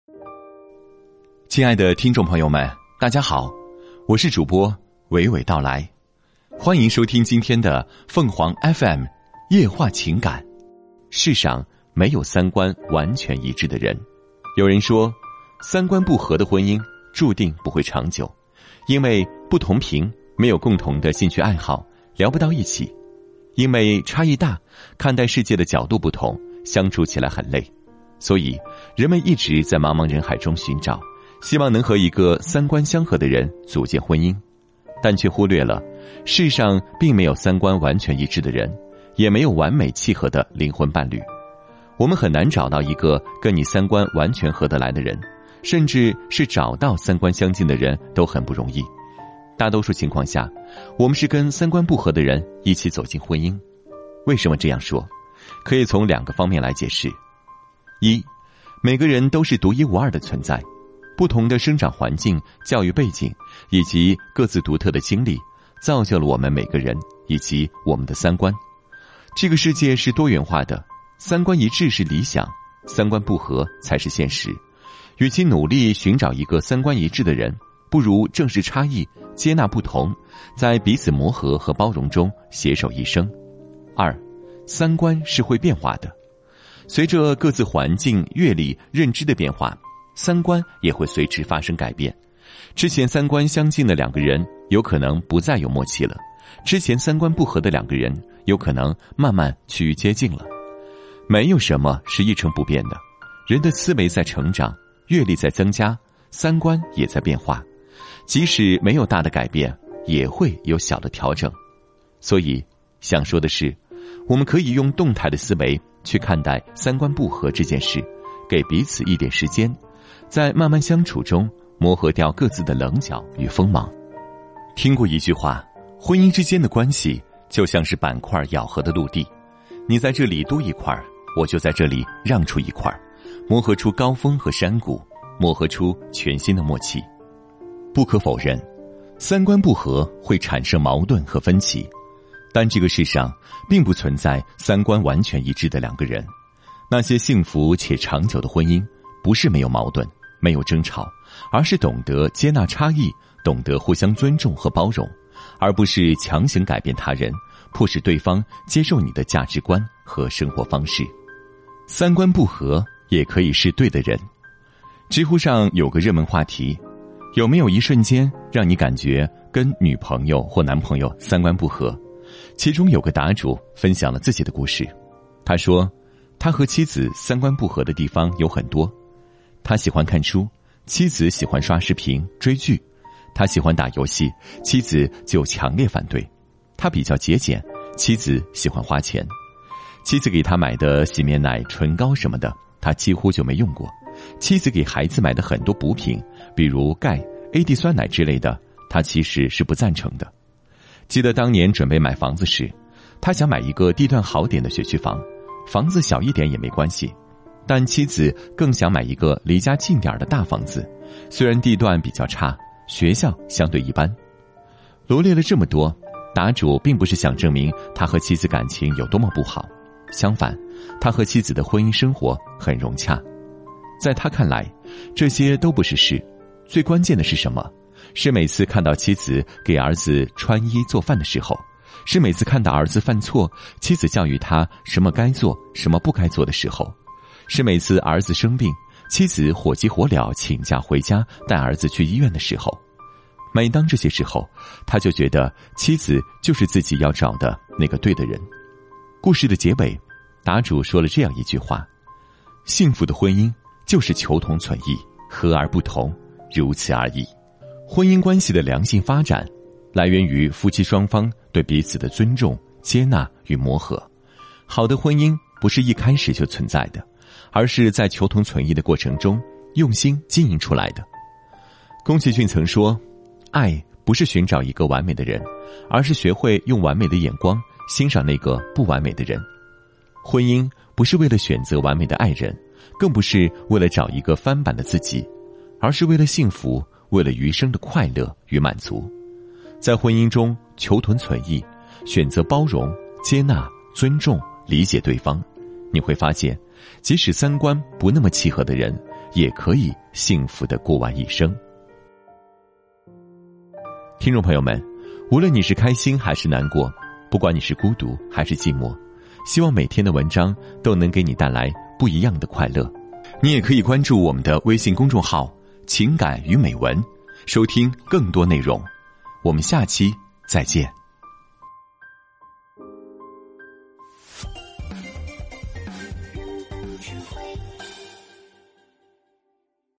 亲爱的听众朋友们，大家好，我是主播娓娓道来，欢迎收听今天的凤凰 FM 夜话情感。世上没有三观完全一致的人。有人说，三观不合的婚姻注定不会长久，因为不同频，没有共同的兴趣爱好，聊不到一起；因为差异大，看待世界的角度不同，相处起来很累。所以人们一直在茫茫人海中寻找，希望能和一个三观相合的人组建婚姻，但却忽略了世上并没有三观完全一致的人，也没有完美契合的灵魂伴侣。我们很难找到一个跟你三观完全合得来的人，甚至是找到三观相近的人都很不容易。大多数情况下，我们是跟三观不合的人一起走进婚姻。为什么这样说？可以从2个方面来解释。一，每个人都是独一无二的存在，不同的生长环境、教育背景以及各自独特的经历，造就了我们每个人以及我们的三观。这个世界是多元化的，三观一致是理想，三观不合才是现实。与其努力寻找一个三观一致的人，不如正视差异，接纳不同，在彼此磨合和包容中携手一生。2，三观是会变化的，随着各自环境、阅历、认知的变化，三观也会随之发生改变。之前三观相近的2个人有可能不再有默契了，之前三观不合的2个人有可能慢慢趋于接近了。没有什么是一成不变的，人的思维在成长，阅历在增加，三观也在变化，即使没有大的改变，也会有小的调整。所以想说的是，我们可以用动态的思维去看待三观不合这件事，给彼此一点时间，在慢慢相处中磨合掉各自的棱角与锋芒。听过一句话，婚姻之间的关系就像是板块咬合的陆地，你在这里多一块，我就在这里让出一块，磨合出高峰和山谷，磨合出全新的默契。不可否认，三观不合会产生矛盾和分歧，但这个世上并不存在三观完全一致的2个人。那些幸福且长久的婚姻，不是没有矛盾、没有争吵，而是懂得接纳差异，懂得互相尊重和包容，而不是强行改变他人，迫使对方接受你的价值观和生活方式。三观不合也可以是对的人。知乎上有个热门话题，有没有一瞬间让你感觉跟女朋友或男朋友三观不合？其中有个答主分享了自己的故事。他说，他和妻子三观不合的地方有很多。他喜欢看书，妻子喜欢刷视频、追剧；他喜欢打游戏，妻子就强烈反对。他比较节俭，妻子喜欢花钱。妻子给他买的洗面奶、唇膏什么的，他几乎就没用过。妻子给孩子买的很多补品，比如钙、AD 酸奶之类的，他其实是不赞成的。记得当年准备买房子时，他想买一个地段好点的学区房，房子小一点也没关系，但妻子更想买一个离家近点的大房子，虽然地段比较差，学校相对一般。罗列了这么多，答主并不是想证明他和妻子感情有多么不好，相反，他和妻子的婚姻生活很融洽。在他看来，这些都不是事，最关键的是什么？是每次看到妻子给儿子穿衣做饭的时候，是每次看到儿子犯错，妻子教育他什么该做什么不该做的时候，是每次儿子生病，妻子火急火燎请假回家带儿子去医院的时候。每当这些时候，他就觉得妻子就是自己要找的那个对的人。故事的结尾，答主说了这样一句话：幸福的婚姻就是求同存异，和而不同，如此而已。婚姻关系的良性发展，来源于夫妻双方对彼此的尊重、接纳与磨合。好的婚姻不是一开始就存在的，而是在求同存异的过程中用心经营出来的。宫崎骏曾说，爱不是寻找一个完美的人，而是学会用完美的眼光欣赏那个不完美的人。婚姻不是为了选择完美的爱人，更不是为了找一个翻版的自己，而是为了幸福，为了余生的快乐与满足。在婚姻中求同存异，选择包容、接纳、尊重、理解对方，你会发现，即使三观不那么契合的人， 也可以幸福地过完一生。听众朋友们，无论你是开心还是难过，不管你是孤独还是寂寞，希望每天的文章都能给你带来不一样的快乐。你也可以关注我们的微信公众号情感与美文，收听更多内容。我们下期再见。 人不知悔，